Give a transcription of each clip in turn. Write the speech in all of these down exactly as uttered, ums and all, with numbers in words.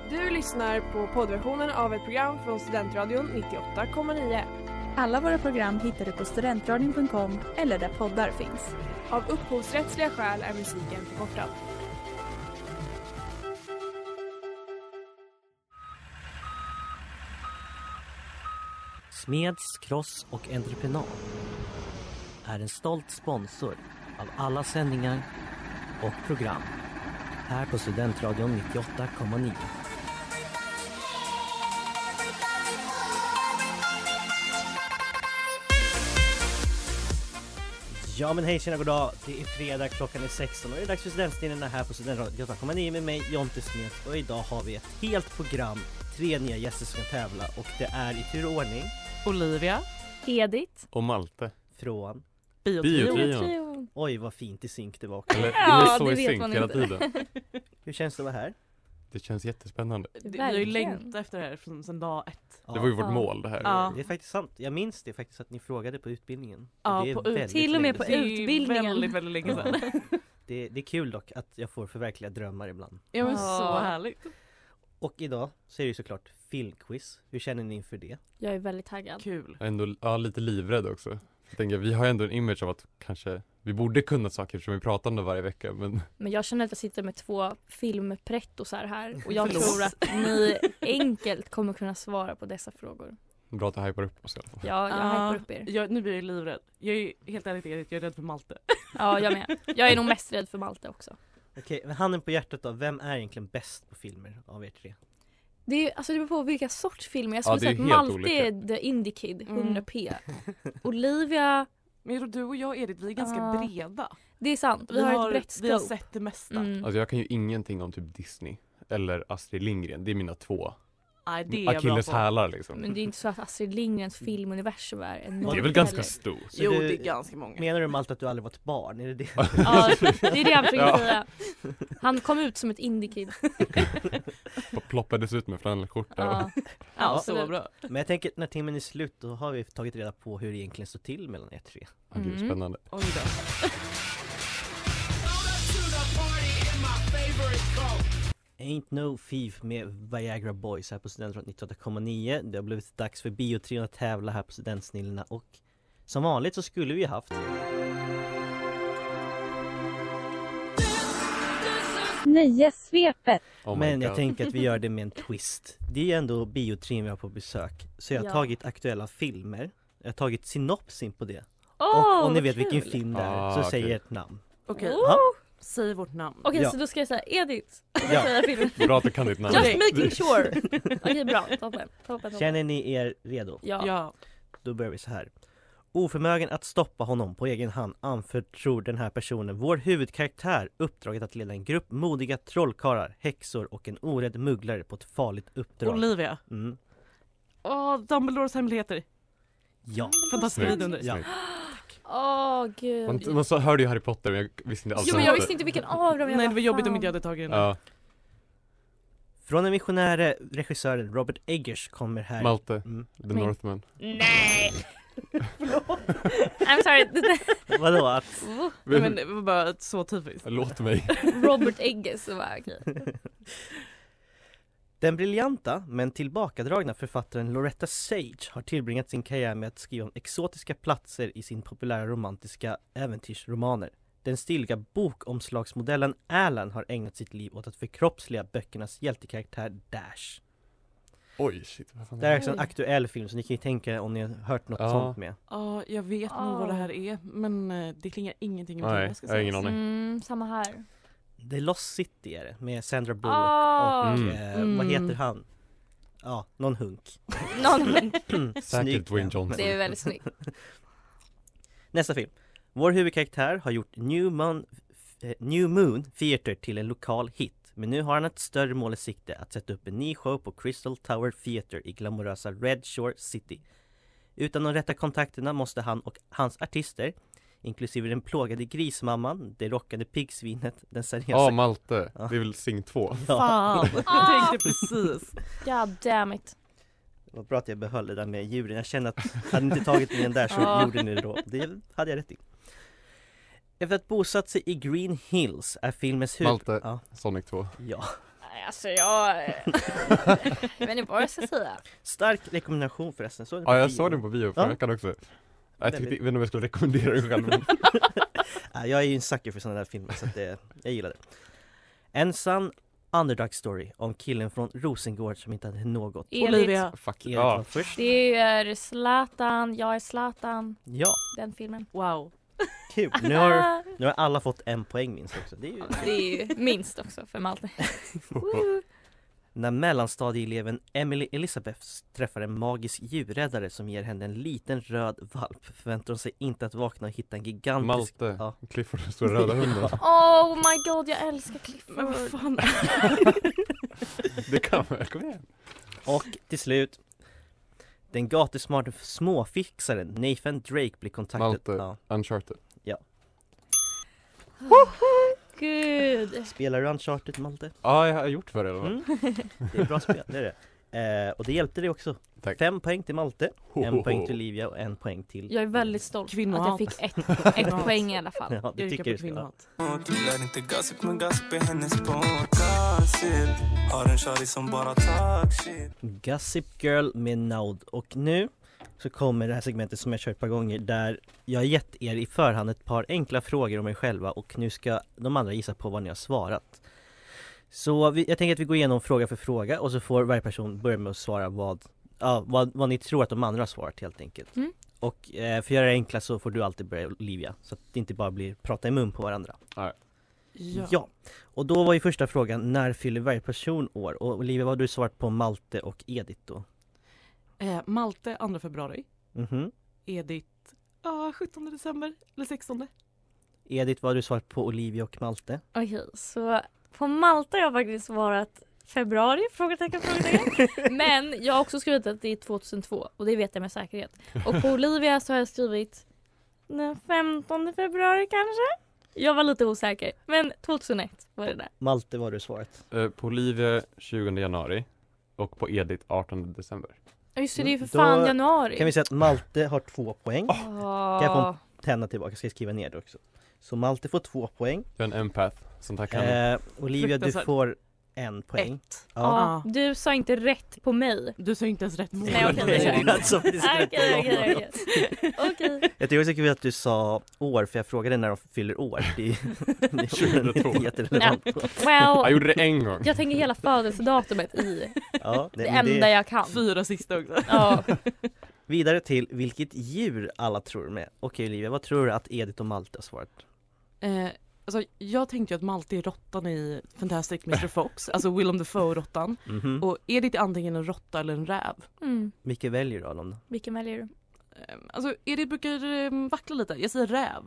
Du lyssnar på poddversionen av ett program från Studentradion nittioåtta komma nio. Alla våra program hittar du på studentradion punkt com eller där poddar finns. Av upphovsrättsliga skäl är musiken förkortad. Smeds, Cross och Entreprenad är en stolt sponsor av alla sändningar och program här på Studentradion nittioåtta komma nio. Ja men hej, tjena, god dag. Det är fredag, klockan är sexton och det är dags för studentstinarna här på Studentradion nittioåtta komma nio med mig, Jonte Smeds. Och idag har vi ett helt program, tre nya gäster som ska tävla och det är i tur och ordning Olivia, Edith och Malte från Biotrion. Oj vad fint i synk det var också. Eller, Ja, det är så det i vet synk man hela inte. tiden. Hur känns det att vara här? Det känns jättespännande. vi har ju Verkligen. längtat efter det här från sedan dag ett. Ja, Det var ju vårt Ja. mål det här. Ja. det är faktiskt sant. Jag minns det faktiskt att ni frågade på utbildningen. Ja, det är på ut- väldigt till och med länge på sedan. Det är ju utbildningen. väldigt, väldigt länge sedan. det, det är kul dock att jag får förverkliga drömmar ibland. Ja men Ja. så härligt. Och idag så är det ju såklart filmquiz. Hur känner ni inför det? Jag är väldigt taggad. Kul. Jag är ändå ja, lite livrädd också. Jag tänker, vi har ändå en image av att kanske vi borde kunna saker som vi pratar om det varje vecka. Men Men jag känner att jag sitter med två filmprettosar här och jag Förlåt. tror att ni enkelt kommer kunna svara på dessa frågor. bra att du hypar upp oss i alla fall. Ja, jag Ja, hypar upp er. jag, nu blir jag livrädd. Jag är helt ärligt, jag är rädd för Malte. Ja, jag med. Jag är nog mest rädd för Malte också. Okej, men handen på hjärtat då. Vem är egentligen bäst på filmer av er tre? Det är, alltså det beror på vilka sorts filmer. Jag Ja, skulle det är säga att helt Malte olika. är the indie kid, Mm. hundra p. Olivia, Men jag tror du och jag, Edith, vi är ganska Ja. breda. det är sant. Vi, har, ett brett vi har scope. sett det mesta. Mm. Alltså jag kan ju ingenting om typ Disney eller Astrid Lindgren. Det är mina två Nej, det är jag bra Achilles på. hälar liksom. Men det är inte så att Astrid Lindgrens filmuniversum är enormt. Det är väl ganska heller. stort. Så Jo, du- det är ganska många. Menar du Malte att du aldrig var ett barn? Är det det? Ja, det är det han försöker Ja. säga. Han kom ut som ett indie kid. Ploppades ut med flanellskjorta. Ja. Ja, Ja, så absolut. bra. Men jag tänker när timmen är slut då har vi tagit reda på hur det egentligen står till mellan er tre. Ja, gud, Mm. spännande. Oj då. Ain't No Thief med Viagra Boys här på Studentradion nittioåtta komma nio. Det har blivit dags för Biotrion att tävla här på Studentsnillena och som vanligt så skulle vi haft Nöjessvepet. Oh my men jag God. tänker att vi gör det med en twist. Det är ju ändå Biotrion vi har på besök. Så jag har Ja. tagit aktuella filmer. Jag har tagit synopsin på det. Åh, och om ni vad vet vilken kul. film det är Ah, så okej. säger ett namn. Okej, Oh. Ja. säg vårt namn. Okej, Ja. så då ska jag säga Edith. Ja. Säga filmen. Bra att du kan ditt namn. Just making sure. Okej, bra. Toppen. Toppen, toppen. Känner ni er redo? Ja. Ja. Då börjar vi så här. Oförmögen att stoppa honom på egen hand anförtror den här personen vår huvudkaraktär uppdraget att leda en grupp modiga trollkarlar, häxor och en orädd mugglare på ett farligt uppdrag. Olivia. Mm. Åh, Dumbledores hemligheter. Ja. Fantastiska Snyggt. vidunder. Ja. Snyggt. Åh, gud. Man, man så hörde ju Harry Potter men jag visste inte alls Jo, om men jag det. visste inte vilken av dem jag Nej, var det var jobbigt om fan. inte jag hade tagit den. Ja, Från den visionäre regissören Robert Eggers kommer här. Malte, Mm. The Men- Northman. Nej! I'm sorry. Vadå att? Nej, men det var bara så typiskt. Låt mig. Robert Eggers var okej. Den briljanta men tillbakadragna författaren Loretta Sage har tillbringat sin karriär med att skriva om exotiska platser i sin populära romantiska äventyrsromaner. Den stiliga bokomslagsmodellen Alan har ägnat sitt liv åt att förkroppsliga böckernas hjältekaraktär Dash. Oj, shit. Vad fan Det här är är också en Oj. aktuell film så ni kan ju tänka om ni har hört något Ja. sånt med. Ja, jag vet nog vad det här är, men eh, det klingar ingenting med Nej, det jag ska jag har säga. ingen aning. Mm, samma här. The Lost City är det, med Sandra Bullock Ah. och Mm. eh, vad Mm. heter han? Ja, någon hunk. Någon, Säkert Snyggt, Dwayne ja. Johnson. det är väldigt snyggt. Nästa film. Vår huvudkaraktär har gjort New Moon, eh, New Moon Theater till en lokal hit. Men nu har han ett större mål i sikte att sätta upp en ny show på Crystal Tower Theater i glamorösa Red Shore City. Utan de rätta kontakterna måste han och hans artister, inklusive den plågade grismamman, det rockande piggsvinet, den seriösa... Ja, Malte. Ja. Det är väl Sing två. Ja, Fan, jag Ah. tänkte precis. God damn it. det var bra att jag behöll det där med djuren. Jag kände att hade ni inte tagit med den där så Ja. gjorde ni det då. Det hade jag rätt i. Efter att bosatt sig i Green Hills är filmens huvud... Malte. Ja, Sonic två. ja. alltså jag... jag vet inte vad jag ska säga. Stark rekommendation förresten. Så Ja, jag såg den på bio förra Ja. veckan också. Jag tyckte, Väldigt. vet inte om jag skulle rekommendera den själv. Men... Ja, jag är ju en sucker för sådana där filmer så att det, jag gillar det. En sann underdog story om killen från Rosengård som inte hade något. Edith. Olivia. Fuck, Erik ja. var först. Det är Zlatan, jag är Zlatan, Ja, den filmen. Wow. kul. Nu har, nu har alla fått en poäng minst också. Det är ju... Det är ju minst också för Malte. Woo. När mellanstadieeleven Emily Elizabeth träffar en magisk djurräddare som ger henne en liten röd valp förväntar hon sig inte att vakna och hitta en gigantisk... Malte, Ja. Clifford och stora röda hunden. Oh my god, jag älskar Men vad Clifford. fan. Det kan man, kom igen. Och till slut, den gatusmarta småfixaren Nathan Drake blir kontaktad... Malte. Ja. Uncharted. Gud. Spelar du Uncharted, Malte? Ja, jag har gjort för det eller vad? Mm. Det är ett bra spel, det är det. Eh, och det hjälpte dig också. Tack. Fem poäng till Malte, en poäng till Olivia och en poäng till... Jag är väldigt stolt Kvinnohat. att jag fick ett, ett poäng i alla fall. Ja, det Jag tycker yrkar du på ska. kvinnohat. Du lär inte gossip men gossip är hennes sport. Gossip har en shawty som bara talk shit. Gossip Girl med Naud. Och nu så kommer det här segmentet som jag kört ett par gånger där jag har gett er i förhand ett par enkla frågor om er själva och nu ska de andra gissa på vad ni har svarat. Så vi, jag tänker att vi går igenom fråga för fråga och så får varje person börja med att svara vad, ja, vad, vad ni tror att de andra har svarat helt enkelt. Mm. Och eh, för att göra det enkla så får du alltid börja, Olivia, så att det inte bara blir prata i mun på varandra. Ja. Ja, och då var ju första frågan, när fyller varje person år? Och Olivia, vad har du svarat på Malte och Edith då? Eh, Malte andra februari. Mhm. Edith ah, sjuttonde december eller sextonde. Edith, vad har du svarat på Olivia och Malte? Okej, så på Malta har jag faktiskt svarat februari, frågetecken, frågetecken. Men jag har också skrivit att det är tjugohundratvå och det vet jag med säkerhet. Och på Olivia så har jag skrivit den femtonde februari kanske? Jag var lite osäker, men tjugohundraett var det där. Malte, vad har du svarat? Eh, på Olivia tjugonde januari och på Edith artonde december. Ja, just det, det är ju för Då fan januari. Kan vi säga att Malte har två poäng. Åh. Kan jag få tända tillbaka, ska jag skriva ner det också. Så Malte får två poäng. Jag är en empath, sånt här kan jag. Eh, Olivia, du Fruktansvärt. får en poäng. Ett. Ja. Ja, du sa inte rätt på mig. Du sa inte ens rätt mål. Nej, okej, det är Alltså, det ska Okej, inte vara okej, något. okej. Okej. Jag tycker också kul att du sa år, för jag frågade när de fyller år. Det är, det är jätterelevant. Jag Well, gjorde det en gång. jag tänker hela födelsedatumet i Ja, det men enda jag kan. Fyra sista också. Ja. Vidare till vilket djur alla tror med. Okej Olivia, vad tror du att Edith och Malte har svarat? Eh, alltså, jag tänkte ju att Malte är råttan i Fantastic mister Fox. Alltså Willem Dafoe-råttan. Mhm. Och Edith är antingen en råtta eller en räv. Mm. Vilket väljer du av dem då? Vilken väljer du? Eh, alltså Edith brukar eh, vackla lite. Jag säger räv.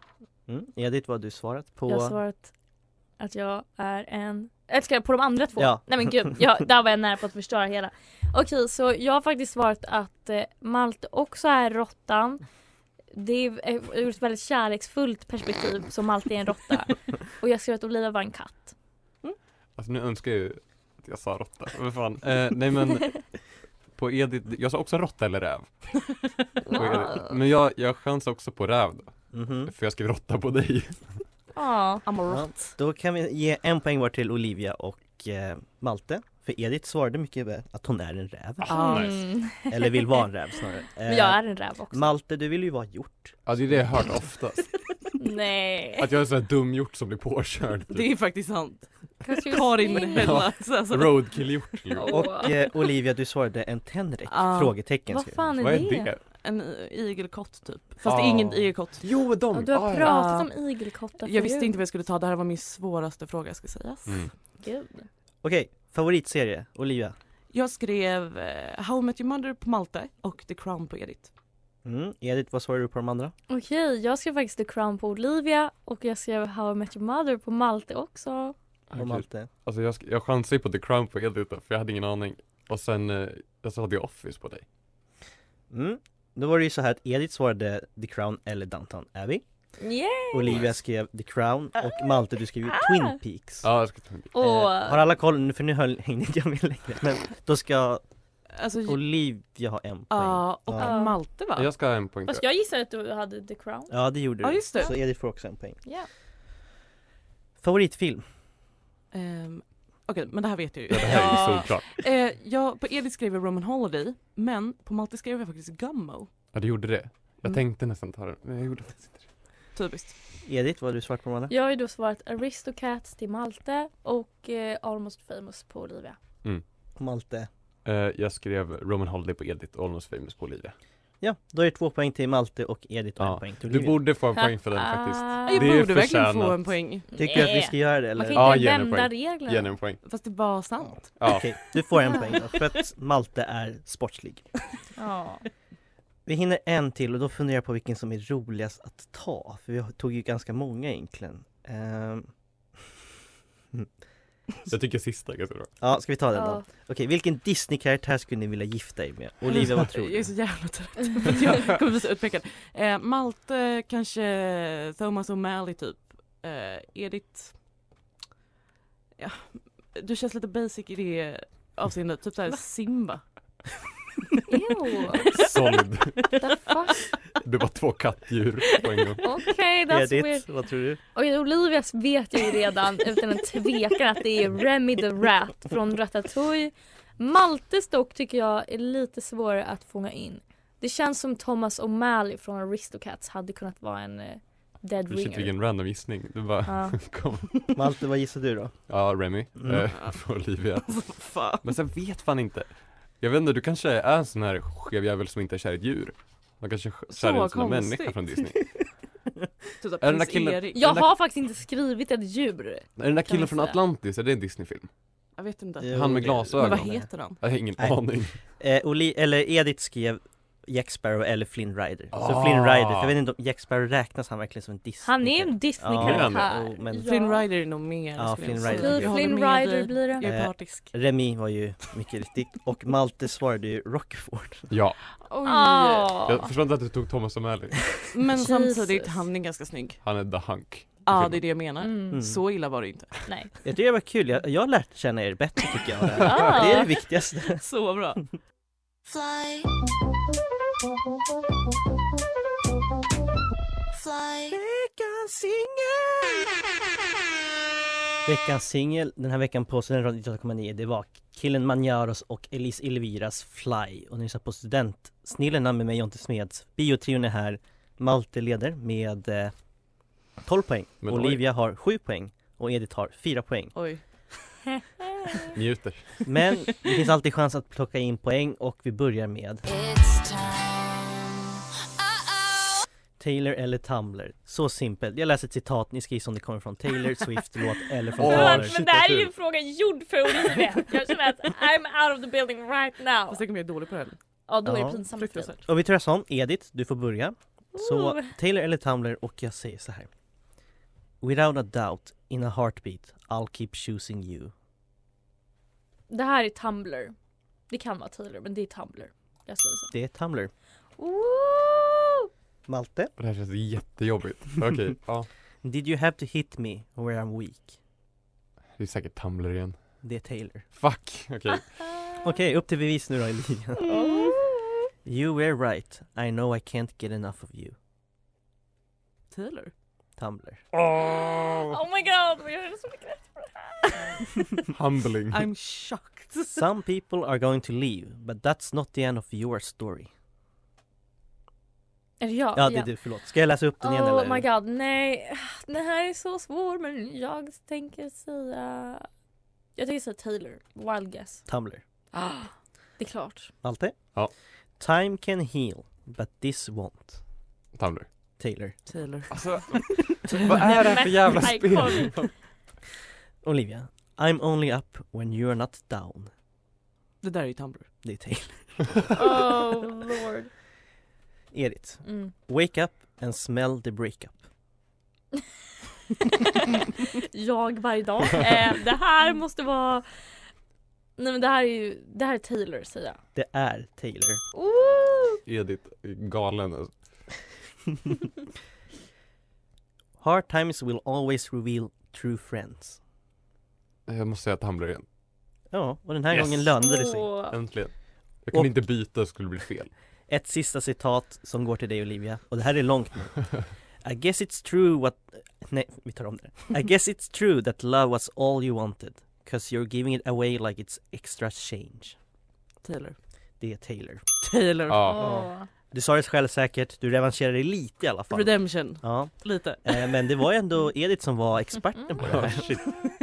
Mm. Edith, vad har du svarat på? Jag har svarat att jag är en... Jag ska på de andra två. Ja. Nej men gud, jag, där var jag nära på att förstöra hela. Okej, så jag har faktiskt svarat att eh, Malte också är råttan. Det är eh, ur ett väldigt kärleksfullt perspektiv som Malte är en råtta. Och jag skrev att Olivia var en katt. Alltså nu önskar jag ju att jag sa råtta. Vad fan. Eh, nej men på Edith, jag sa också råtta eller räv. På Edith. Men jag, jag chansar också på räv då. Mhm. För jag skrev råtta på dig. Ja. I'm a Ja, rot. då kan vi ge en poäng var till Olivia och eh, Malte. För Edith svarade mycket väl att hon är en räv. Ah, Mm. Eller vill vara en räv snarare. Eh, Men jag är en räv också. Malte, du vill ju vara hjort. Ja det är det jag har hört oftast. Nej. Att jag är en sån här dum hjort som blir påkörd. Det Typ. är faktiskt sant. Vad ska vi Karin säga? Hella. Så, alltså. Roadkill-hjort. Åh. Och eh, Olivia, du svarade en tenrek. Ah. Frågetecken. Vad ska jag fan är Vad är det? det? En i- igelkott typ. Fast Ah. ingen igelkott. Jo de! Ja, du har Ah, ja. pratat om igelkottar Jag visste förut. inte vad jag skulle ta. Det här var min svåraste fråga ska sägas. Mm. Gud. Okej, favoritserie, Olivia. Jag skrev eh, How I Met Your Mother på Malte och The Crown på Edith. Mm. Edith, vad svarade du på de andra? Okej, jag skrev faktiskt The Crown på Olivia och jag skrev How I Met Your Mother på Malte också. Och Okej. Malte? Alltså jag, sk- jag chansade ju på The Crown på Edith då, för jag hade ingen aning. Och sen, eh, jag sa The Office på dig. Mm. Då var det ju så här att Edith svarade The Crown eller Downton Abbey. Yay! Olivia skrev The Crown och Malte, du skrev ju Twin Peaks. Ja, jag ska ta en bild. Och, Eh, har alla koll? För nu höll, hängde inte jag med längre. Men då ska Alltså, Olivia ha en poäng. ja, och Ja. Malte va? Jag ska ha en poäng Fast till. jag gissar att du hade The Crown. Ja, det gjorde Ja, du. just det. Så Edith får också en poäng. Ja. Favoritfilm? Ehm, Okej, men det här vet jag ju. Ja, det här är ju solklart. eh, jag, på Edith skrev jag Roman Holiday, men på Malte skrev jag faktiskt Gummo. Ja, du gjorde det. Jag Mm. tänkte nästan ta det, men jag gjorde faktiskt inte det. Typiskt. Edith, vad har du svarat på Amanda? Jag har ju då svarat Aristocats till Malte och eh, Almost Famous på Olivia. Malte. Eh, jag skrev Roman Holiday på Edith och Almost Famous på Olivia. Ja, då är det två poäng till Malte och Edith och Ja, en poäng till Du Olivia. borde få en poäng för den faktiskt. Ah. Jag Det är borde verkligen förtjänat. få en poäng. Tycker du att vi ska göra det Man eller? kan Ja, inte ge henne vända poäng. reglerna. Ge henne en poäng. Fast det var sant. Ja. Okej, du får en poäng då, för att Malte är sportslig. Ja. Vi hinner en till och då funderar jag på vilken som är roligast att ta. För vi tog ju ganska många egentligen. Ehm, Jag tycker sista är ganska bra. Ja, ska vi ta den Ja. då? Okej, vilken Disney-karaktär skulle ni vilja gifta er med? Olivia, vad tror Jag är du? så jävla trött för att jag kommer bli så utpekad. Eh, Malte, kanske Thomas O'Malley typ. Eh, Edith. Ja, du känns lite basic i det avseendet. Typ såhär Simba. Ew. Solid. The fuck? Det var två kattdjur på en gång. Okej, that's weird. Edith, vad tror du? Okej, Olivias vet jag ju redan utan en tvekan att det är Remy the Rat från Ratatouille. Maltes dock tycker jag är lite svårare att fånga in. Det känns som Thomas O'Malley från Aristocats hade kunnat vara en uh, dead Shit, ringer. vilken random gissning. Du bara, Ja. kom. Malte, vad gissar du då? Ja, Remy. Mm. Eh, för Olivia. Fan. Men sen vet fan inte. Jag vet inte, du kanske är en sån här skevjävel som inte är kär i ett djur. Man kanske är kär i en sån här konstigt. människa från Disney. Typ såhär Är den där Prins killen- Erik. Jag Den där- har faktiskt inte skrivit ett djur. Är den där Kan killen man från säga. Atlantis, är det en Disney-film? Jag vet inte. Jo, Han med det- glasögon. Men vad heter han? Jag har ingen Nej. aning. Eh, Oli- eller Edith skrev Jack Sparrow eller Flynn Rider. Så Ah. Flynn Rider, för jag vet inte om Jack Sparrow räknas han verkligen som en Disney. Han är en Ja, Disney-karaktär. oh, men- Flynn Rider är nog mer. Ja, skulle jag Flynn säga. Rider. Okej, Jag håller Flynn med Rider dig. blir det. Jag är Eh, partisk. Remy var ju mycket riktigt. Och Malte svarade ju Rockford. Ja, Oj. Ah. jag förstår inte att du tog Thomas O'Malley. Men Jesus. samtidigt, han är ganska snygg. Han är the hunk. Ja, det är det jag menar. Mm. Mm. Så illa var det inte. Nej. Jag tycker det var kul, jag, jag har lärt känna er bättre tycker jag. Det, Ah. här. Det är det viktigaste. Så bra. Fly. Fly. Veckans singel! Veckans singel den här veckan på Studentradion nittiåtta komma nio, det var Killen Manjaros och Elise Elviras Fly. Och ni satt på Studentsnillena med mig, Jonte Smeds. Biotrion är här. Malte leder med eh, tolv poäng. Men Olivia har sju poäng och Edith har fyra poäng. Oj. Njuter. Men det finns alltid chans att plocka in poäng och vi börjar med It's time. Uh-oh. Taylor eller Tumblr. Så simpelt. Jag läser ett citat, ni skriver som det kommer från Taylor Swift-låt eller från Åh, Tumblr. Men shit, det här vad är ju kul. en fråga gjord för Olivia. Jag känner att I'm out of the building right now. Fast tänk om jag är dålig på det här. Ja, då är Ja, det pinsamt. Fruktansvärt. Och vi tror som Edith, du får börja. Så Oh. Taylor eller Tumblr, och jag säger så här. Without a doubt, in a heartbeat, I'll keep choosing you. Det här är Tumblr. Det kan vara Taylor, men det är Tumblr. Jag säger så. Det är Tumblr. Ooh! Malte? Det här känns jättejobbigt. Okej, ja. Did you have to hit me where I'm weak? Det är säkert Tumblr igen. Det är Taylor. Fuck, okej. Okej, upp till bevis nu då, Olivia. Mm. You were right. I know I can't get enough of you. Taylor. Tumblr. Oh my god, vi har så mycket rätt på det här. Humbling. I'm shocked. Some people are going to leave, but that's not the end of your story. Är det jag? Ja, det är du, förlåt. Ska jag läsa upp den igen Oh eller? my god, nej. Den här är så svår, men jag tänker säga... Jag tänker säga Taylor. Wild guess. Tumblr. Ah, det är klart. Malte? Ja. Time can heal, but this won't. Tumblr. Taylor. Taylor. Alltså, vad är det här för jävla spel? Iconic. Olivia. I'm only up when you're not down. Det där är ju Tumblr. Det är Taylor. Oh lord. Edith. Mm. Wake up and smell the breakup. Jag varje dag. Eh, det här måste vara... Nej men det här är ju... Det här är Taylor, säger jag. Det är Taylor. Ooh! Edith är galen. Alltså. Hard times will always reveal true friends. Jag måste säga Tumblr igen. Ja, och den här Yes. gången lönade det sig. Åh. Äntligen. Jag kunde Och- inte byta, det skulle bli fel. Ett sista citat som går till dig, Olivia. Och det här är långt nu. I guess it's true what... Nej, vi tar om det. I guess it's true that love was all you wanted. 'cause you're giving it away like it's extra change'. Taylor. Det är Taylor. Taylor. Ja. Åh. Du sa det självsäkert, du revanscherar dig lite i alla fall. Redemption. Ja, Lite. eh, men det var ju ändå Edith som var experten på det Oh, här. shit.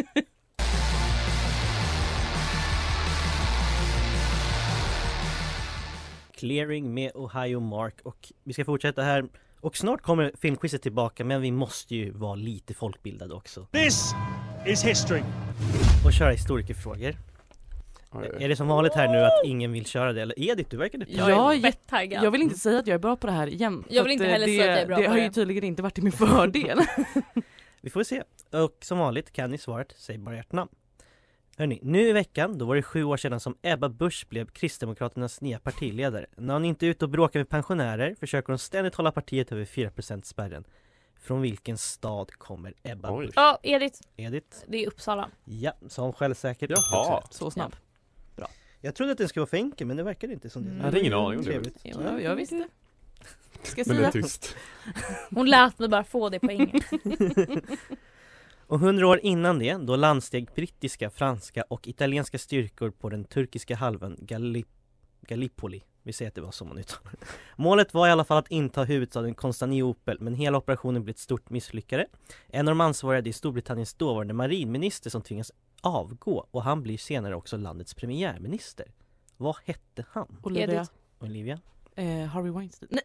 Clearing med Ohio Mark, och vi ska fortsätta här. Och snart kommer filmquizet tillbaka, men vi måste ju vara lite folkbildade också. This is history. Och köra historikerfrågor. Oj. Är det som vanligt här nu att ingen vill köra det? Eller Edith, du verkar Jag Ja, är jä- fett taggad. Jag vill inte säga att jag är bra på det här igen. Jag för vill inte att, eh, heller det, säga att jag är bra det på har det. ju tydligen inte varit till min fördel. Vi får se. Och som vanligt kan ni svaret, säg bara ert namn. Hörrni, nu i veckan, då var det sju år sedan som Ebba Busch blev Kristdemokraternas nya partiledare. När hon inte är ute och bråkar med pensionärer försöker hon ständigt hålla partiet över fyra procent-spärren. Från vilken stad kommer Ebba Oj. Busch? Ja, Edith. Edith? Det är Uppsala. Ja, som självsäkert. Jaha. Så snabb. Jag trodde att den skulle vara för enkel, men det verkar inte som det. Mm. Jag hade ingen aning om det. Trevligt. Ja, jag visste. Ska jag Men det är säga? tyst. Hon lät mig bara få det poängen. Och hundra år innan det, då landsteg brittiska, franska och italienska styrkor på den turkiska halvön Galli- Gallipoli. Vi säger att det var som man uttalar. Målet var i alla fall att inta huvudstaden Konstantinopel, men hela operationen blev ett stort misslyckade. En av de ansvariga är Storbritanniens dåvarande marinminister som tvingas avgå, och han blir senare också landets premiärminister. Vad hette han? Olivia. Edith. Olivia? Eh, Harvey Weinstein. Nej.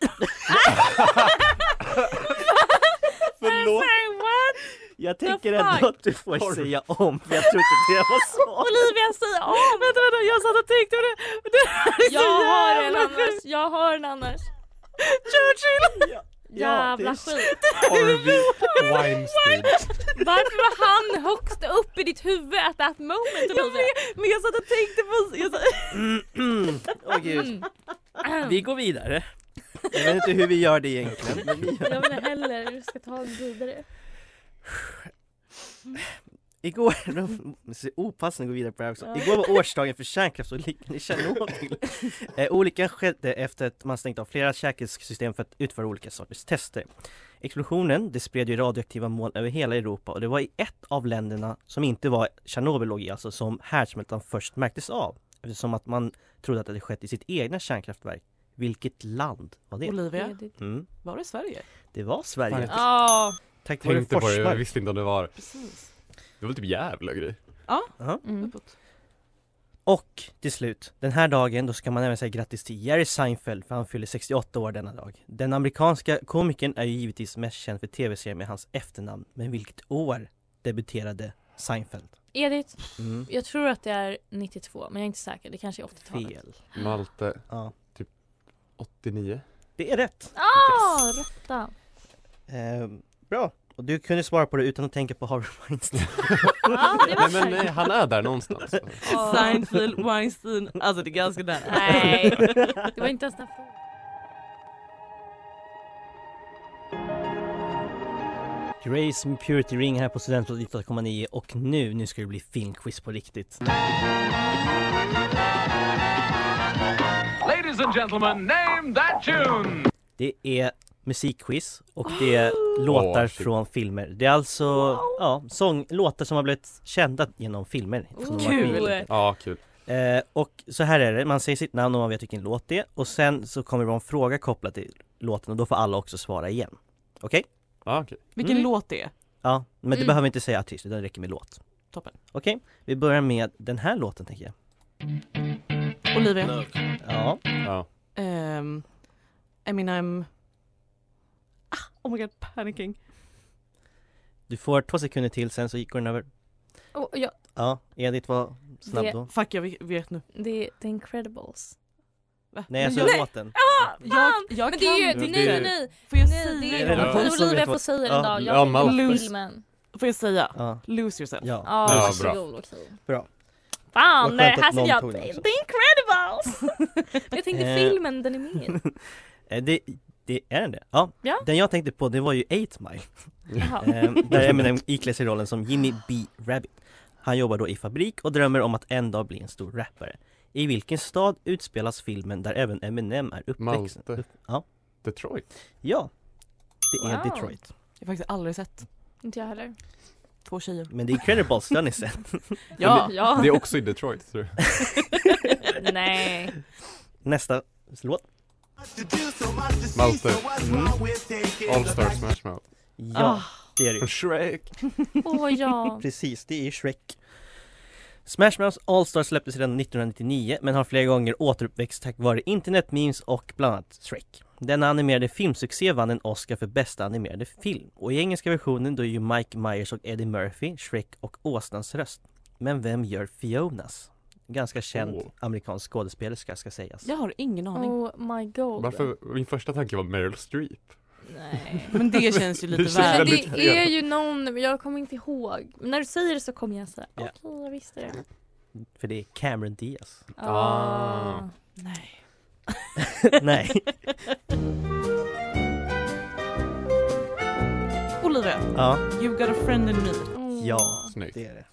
Förlåt. What? Jag tänker The fuck? ändå att du får säga om, för jag tror inte det var så. Olivia, säg om! Vänta, vänta, jag satt och tänkte på det. det är så Jag har en jävla annars, sjukt. jag har en annars. Churchill! Ja, Jävla det är- skit. Harvey Weinstein. Varför var han högst upp i ditt huvud at that moment, Jag Olivia? vet, men jag satt och tänkte på... Jag satt... Mm, mm. Åh gud. Mm. Vi går vidare. Jag vet inte hur vi gör det egentligen, men vi gör. Jag vet inte heller hur vi ska ta det vidare. Igår, så opassande att gå vidare på det här också. Igår var årsdagen för kärnkraftsolyckan i Tjernobyl. eh, Olyckan skedde efter att man stängt av flera säkerhetssystem för att utföra olika sorters tester. Explosionen, det spred ju radioaktiva moln över hela Europa, och det var i ett av länderna som inte var Tjernobyl låg i, alltså som härdsmältan först märktes av. Eftersom att man trodde att det hade skett i sitt egna kärnkraftverk. Vilket land var det? Olivia, Edith. Mm, var det Sverige? det var Sverige. Fan. Ja. Tack vare Tänkte på det, jag Forsmark. visste inte om det var. Precis. Det var typ jävla grej. Ja, Ja. Mm. uppåt. Och till slut, den här dagen då ska man även säga grattis till Jerry Seinfeld, för han fyller sextioåtta år denna dag. Den amerikanska komikern är ju givetvis mest känd för tv-serien med hans efternamn. Men vilket år debuterade Seinfeld? Edith, Mm. jag tror att det är nittiotvå, men jag är inte säker. Det kanske är åttiotalet. Fel. Malte Ja, åttionio. det är rätt. Ah, rätta. Eh, bra. Och du kunde svara på det utan att tänka på Harvey Weinstein. Ja, det var Nej men nej, säkert. han är där någonstans. Ja. Seinfeld, Weinstein, alltså det är ganska där. Nej, det var inte ens den frågan. Grace med Purity Ring här på Studentradion åtta komma nio, och nu, nu ska det bli filmquiz på riktigt. Ladies and gentlemen, name that tune. Det är musikquiz och det är låtar Åh, shit. från filmer. Det är alltså ja, sång, låtar som har blivit kända genom filmer. som de har varit med i. Kul. Ja, kul. Eh, och så här är det, man säger sitt namn och man vet vilken låt det är. Och sen så kommer det vara en fråga kopplad till låten, och då får alla också svara igen. Okej? Ja, okej. Vilken Mm. låt det är? Ja, men det Mm. behöver inte säga artist, utan det räcker med låt. Toppen. Okej, vi börjar med den här låten tänker jag. Olivia. Ja, Ja. Um, Eminem. Ah, oh my god, panicking. du får två sekunder till, sen så går den över. Oh, ja, Ja, Edith var snabb Det- då. Fuck, jag vet- vet nu. det är The Incredibles. Va? Nej, Men alltså jag, låten. jag, jag Men det är ju, kan nej det. nej nej, Får jag nej det säga? är, Ja. men Som Olivia vet får vad- säga den Ja, då, ja, jag tänker Malcolm. på filmen. Får jag säga? Ja, Lose yourself. ja. Ja, Ja, varsågod, bra. okej. Bra. Fan, Vad skönt här att ser någon jag tog den också. The Incredibles! Jag tänkte Eh. filmen, den är med. Eh, Det, det är den det? Ja. Ja. Den jag tänkte på, det var ju eight mile. Jaha. Eh, där Eminem iklär sig rollen som Jimmy B. Rabbit. Han jobbar då i fabrik och drömmer om att en dag bli en stor rappare. I vilken stad utspelas filmen där även Eminem är uppväxt? Malte. Upp, ja. Detroit. ja, det är Wow. Detroit. Jag har faktiskt aldrig sett. Inte jag heller. Två tjejer. Men det är Incredibles, det har ni sett. Ja. Ja. Det är också i Detroit, tror jag. Nej. Nästa låt. Malte. Mm. All Star Smash Mouth. Ja, Ah. det är det Från ju. Shrek. Åh ja. Precis, det är Shrek. Smash Mouth All Star släpptes redan nittonhundranittionio men har flera gånger återuppväxt tack vare internetmemes och bland annat Shrek. Denna animerade filmsuccé vann en Oscar för bästa animerade film. Och i engelska versionen då är ju Mike Myers och Eddie Murphy, Shrek och åsnans röst. Men vem gör Fionas? Ganska känd Oh. amerikansk skådespelerska ska sägas. Jag har ingen aning. Oh my god. Varför? Min första tanke var Meryl Streep. Nej. Men det känns ju lite Det känns Men väl. väldigt- det är ju någon, men jag kommer inte ihåg. Men när du säger det så kommer jag säga, Ja. okej jag visste det. För det är Cameron Diaz. Ah. Nej. Nej. Olivia, Ja, you got a friend in me. Oh. ja, Snyggt. det är det.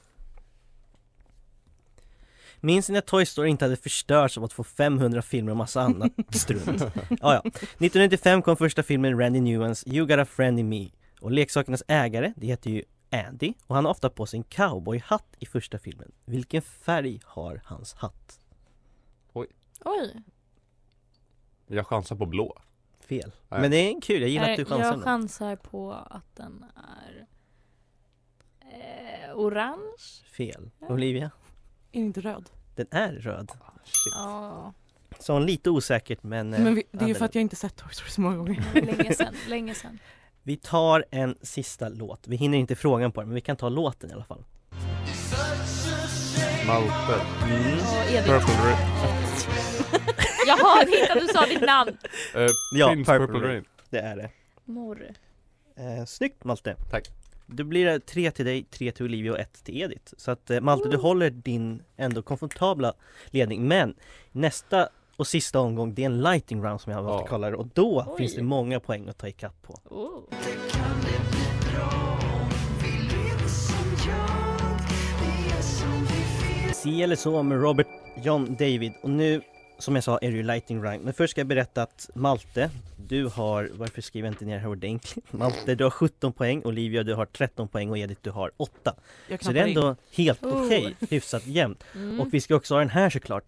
Minns ni när Toy Story inte hade förstörts av att få femhundra filmer och massa annat strunt? Ja, ja. nittonhundranittiofem kom första filmen Randy Newmans You Got a Friend in Me. Och leksakernas ägare, det heter ju Andy. Och han har ofta på sig en cowboyhatt i första filmen. Vilken färg har hans hatt? Oj. Jag chansar på blå. Fel. Nej. Men det är en kul, jag gillar att du Eh, chansar. Jag nu. chansar på att den är eh, orange. Fel. Olivia? Är det inte röd? Den är röd. Ja, Så lite osäkert men... eh, Men vi, det är ju hade för att den. jag inte sett Toy Story så många gånger. länge sen, länge sen. Vi tar en sista låt. Vi hinner inte frågan på den men vi kan ta låten i alla fall. Malte. Mm. Och Edith. Purple Rain. Jag hörde inte att du sa ditt namn. Uh, Ja, Prince Purple Purple, Rain. Rain. Det är det. Morr. Eh, snyggt Malte. Tack. Då blir det tre till dig, tre till Olivia och ett till Edith. Så att eh, Malte, du håller din ändå komfortabla ledning. Men nästa och sista omgång, det är en lighting round som jag har valt att Ja. kalla det. Och då Oj. finns det många poäng att ta ikapp på. Oh. Si eller så med Robert John David. Och nu, som jag sa, är det ju lighting round. Men först ska jag berätta att Malte, du har, varför skriver jag inte ner det här ordentligt? Malte, du har sjutton poäng, Olivia du har tretton poäng och Edith du har åtta. Jag Så det är knappar in. ändå helt Oh. okej, hyfsat jämnt. Mm. Och vi ska också ha den här såklart.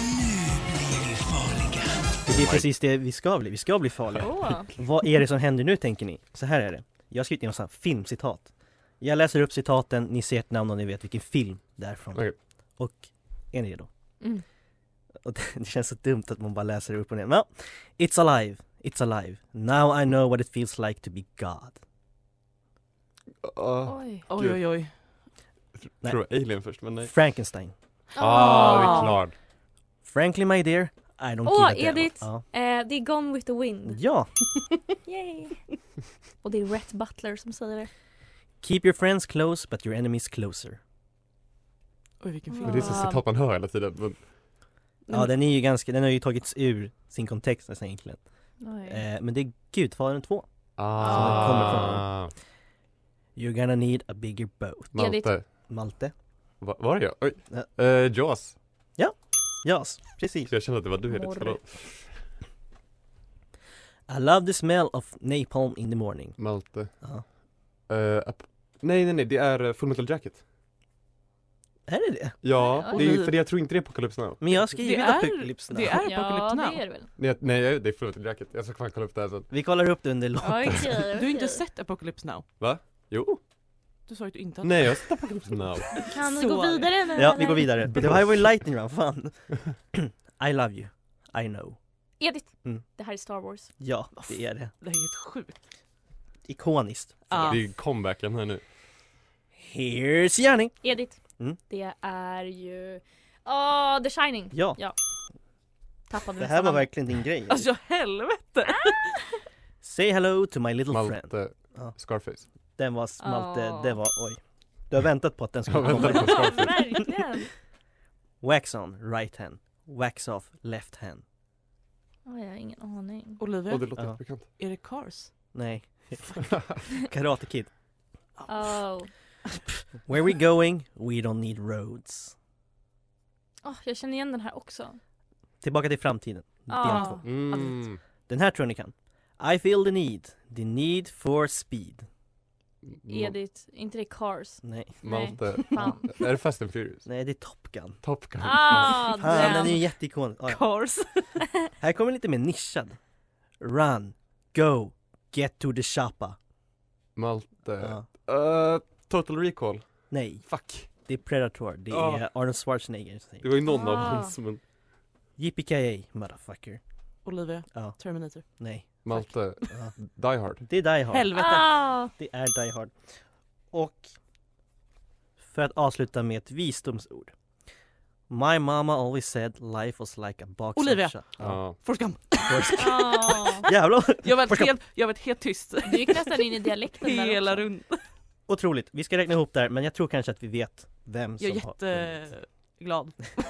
Det är precis det vi ska bli, vi ska bli farliga. Åh. Vad är det som händer nu tänker ni? Så här är det. Jag har skrivit in en filmcitat. Jag läser upp citaten, ni ser ett namn och ni vet vilken film det är från. Okej. Och är ni redo? Mm. Och det, det känns så dumt att man bara läser upp och ner. Men, it's alive, it's alive. Now I know what it feels like to be God. Uh, Oj. Oj oj oj. Nej. tror Alien först, men nej. Frankenstein. Ah, det är klart. Frankly my dear, I don't Åh, give a damn. Edith. Ja. Eh, det är Gone with the Wind. ja, Yay. Och det är Rhett Butler som säger det. keep your friends close but your enemies closer. Oj vilken film. Men det är så citat man hör hela tiden. Men, Ja, den är ju ganska, den har ju tagits ur sin kontext nästan egentligen. Oj. Eh, men det är Gudfadern två. ah, kommer från. You're gonna need a bigger boat. Malte. Malte. Va, var det jag? Oj. Ja. Uh, Jaws. Jas, precis. Så jag kände att det var du, Edith. Morr. Förlåt. I love the smell of napalm in the morning. Malte. Ja. Uh, ap- nej, nej, nej. Det är uh, Full Metal Jacket. Är det det? Ja, Oj. det är, för det, jag tror inte det är Apocalypse Now. Men jag har skrivit Det är- Apocalypse Now. det är- Ja, Apocalypse Now. det är det väl. Nej, nej, det är Full Metal Jacket. Jag ska fan kolla upp det här sen. Vi kollar upp det under låten. Okej, Du har inte okej. sett Apocalypse Now? Jo. Du sa ju att du inte hade. Nej, jag har sett Apocalypse Now. Kan vi Så gå är det. vidare nu? Ja, vi eller? går vidare. Det här var ju lightning round, fan. I love you, I know. Edith. Mm. Det här är Star Wars. Ja, det är det. Det här är helt sjukt. Ikoniskt. Ja. Det är comebacken här nu. Here's Gärning. Edith. Mm. Det är ju... Åh, The Shining. Ja, Tappade det nästan här var namnet. verkligen din grej. Alltså helvete! Say hello to my little friend. Malte. Ja. Scarface. Den var Malte, Åh. det var, oj. Du har väntat på att den Jag skulle väntar komma. på Scarface. Verkligen. Wax on, right hand. Wax off, left hand. Oh, jag har ingen aning. Olivia, Och det låter Ja. jättebekant. är det Cars? Nej. Karate Kid. Oh. Where we going, we don't need roads. Oh, jag känner igen den här också. Tillbaka till framtiden. Del Ja. två. Mm. Den här tror jag ni kan. I feel the need, the need for speed. Edith, inte det Cars? Nej. Malte. Fan. Är det Fast and Furious? Nej, det är Top Gun. Top Gun. Ah, Fan, den är damn. ju jätteikonisk. Ah, ja. Cars. Här kommer lite mer nischad. Run, go, get to the shopper. Malte. Ja. Uh, Total Recall. Nej, Fuck. det är Predator. Det är Ah. Arnold Schwarzenegger. Det var ju någon av Ah. hans, men Yippee motherfucker. Olivia. Ja, Terminator. nej. Malte. Ja. Die Hard. Det är Die Hard. Helvete. Ah, Det är Die Hard. Och för att avsluta med ett visdomsord. My mama always said life was like a box Olivia. of cho- Ja. Ja. Forrest Gump. ah. Jävlar. Jag var Forrest Gump. helt, jag var helt tyst. Du gick nästan in i dialekten där Hela också. runt. Otroligt. Vi ska räkna ihop där, men jag tror kanske att vi vet vem som Jag är har vunnit. jätteglad.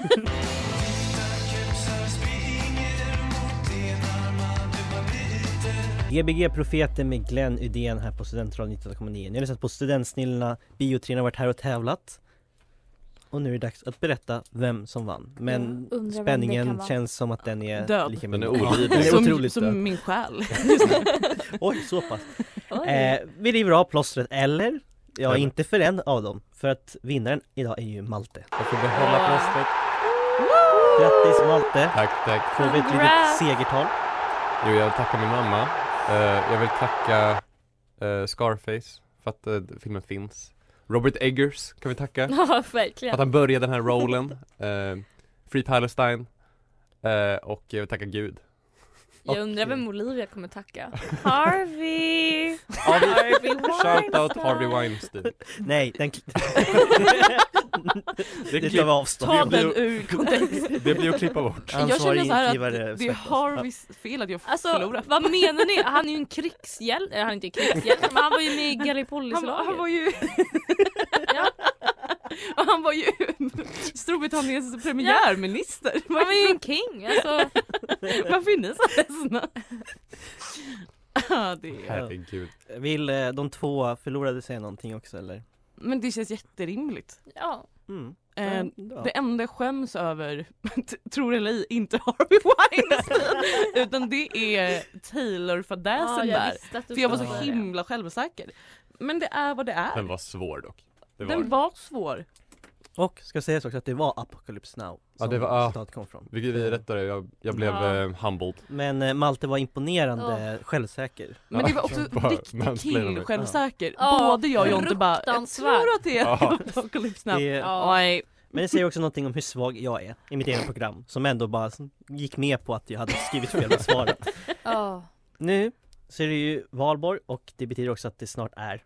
G B G-profeten med Glenn Ydén här på Studentradion nittioåtta komma nio. Ni har lyssnat på Studentsnillena, Biotrin har varit här och tävlat. Och nu är det dags att berätta vem som vann. Men Jag undrar vem det kan spänningen vara. känns som att den är Död. lika Den är med- olidlig. Den är Som, otroligt som död. min själ. Oj, så pass. Oj. Eh, vi river av plåstret, eller? Ja, Eller. inte för en av dem. För att vinnaren idag är ju Malte. Jag får behålla plåstret. Grattis Malte! Tack, tack. Får vi ett litet Congrats. segertal? Jo, jag vill tacka min mamma. Eh, jag vill tacka eh, Scarface för att eh, filmen finns. Robert Eggers kan vi tacka. Ja, För verkligen. att han började den här rollen. Eh, Free Palestine. Eh, och jag vill tacka Gud. Jag undrar vem Olivia kommer tacka. Harvey! Harvey. Harvey Shout out Weinstein. Harvey Weinstein. Nej, den... Det, det tar vi avstånd. Ta Det blir- den ur kontext. det blir att klippa bort. Jag Ansvarig känner så här utgivare att det är svettas. Harveys fel att jag Alltså, förlorar. vad menar ni? Han är ju en krigshjälte. Han är inte krigshjälte, men han var ju med i Han, Gallipoli-slaget. han var ju... Ja. Och han var ju Storbritanniens premiärminister. Han var ju en king. Alltså, Varför är ni så ledsna? Ja, det är... Herregud. Vill eh, de två förlorade säga någonting också eller? Men det känns jätterimligt. ja. Mm. Eh, Ja. Det enda jag skäms över, t- tror eller ej, inte Harvey Weinstein, utan det är Taylor-fadäsen jag där. visste att du För jag var så skulle säga det. himla självsäker. Men det är vad det är. Den var svår dock. Det var Den det. var svår. Och ska sägas också att det var Apocalypse Now Ja, som det var- ja. citatet kom från. Vilket vi rättade, jag, jag blev Ja. eh, humbled. Men eh, Malte var imponerande självsäker. Men Ja, det var också bara riktigt mansplainade mig. kill-självsäker. Ja, Både jag och Jonte bara, jag fruktansvärt. tror att det är Ja. Apocalypse Now. Det, Ja. Nej. Men det säger också någonting om hur svag jag är i mitt eget program. Som ändå bara gick med på att jag hade skrivit fel och svarat. Ja. Nu så är det ju valborg och det betyder också att det snart är.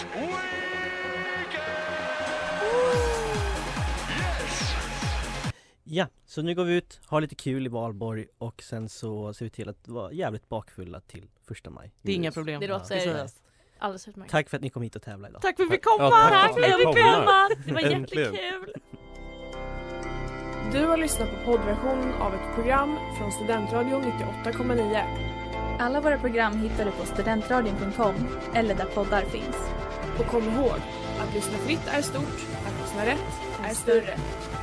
Ja, så nu går vi ut, har lite kul i valborg och sen så ser vi till att vara jävligt bakfulla till första maj. Det är inga problem. Det Ja. låter alldeles utmärkt. Tack för att ni kom hit och tävla idag. Tack för att vi fick komma! Ja, tack Tack för för att att vi vi fick komma. komma! Det var Äntligen. jättekul! Du har lyssnat på poddversion av ett program från Studentradion nittioåtta komma nio. Alla våra program hittar du på studentradion punkt com eller där poddar finns. Och kom ihåg, att lyssna fritt är stort, att lyssna rätt är större.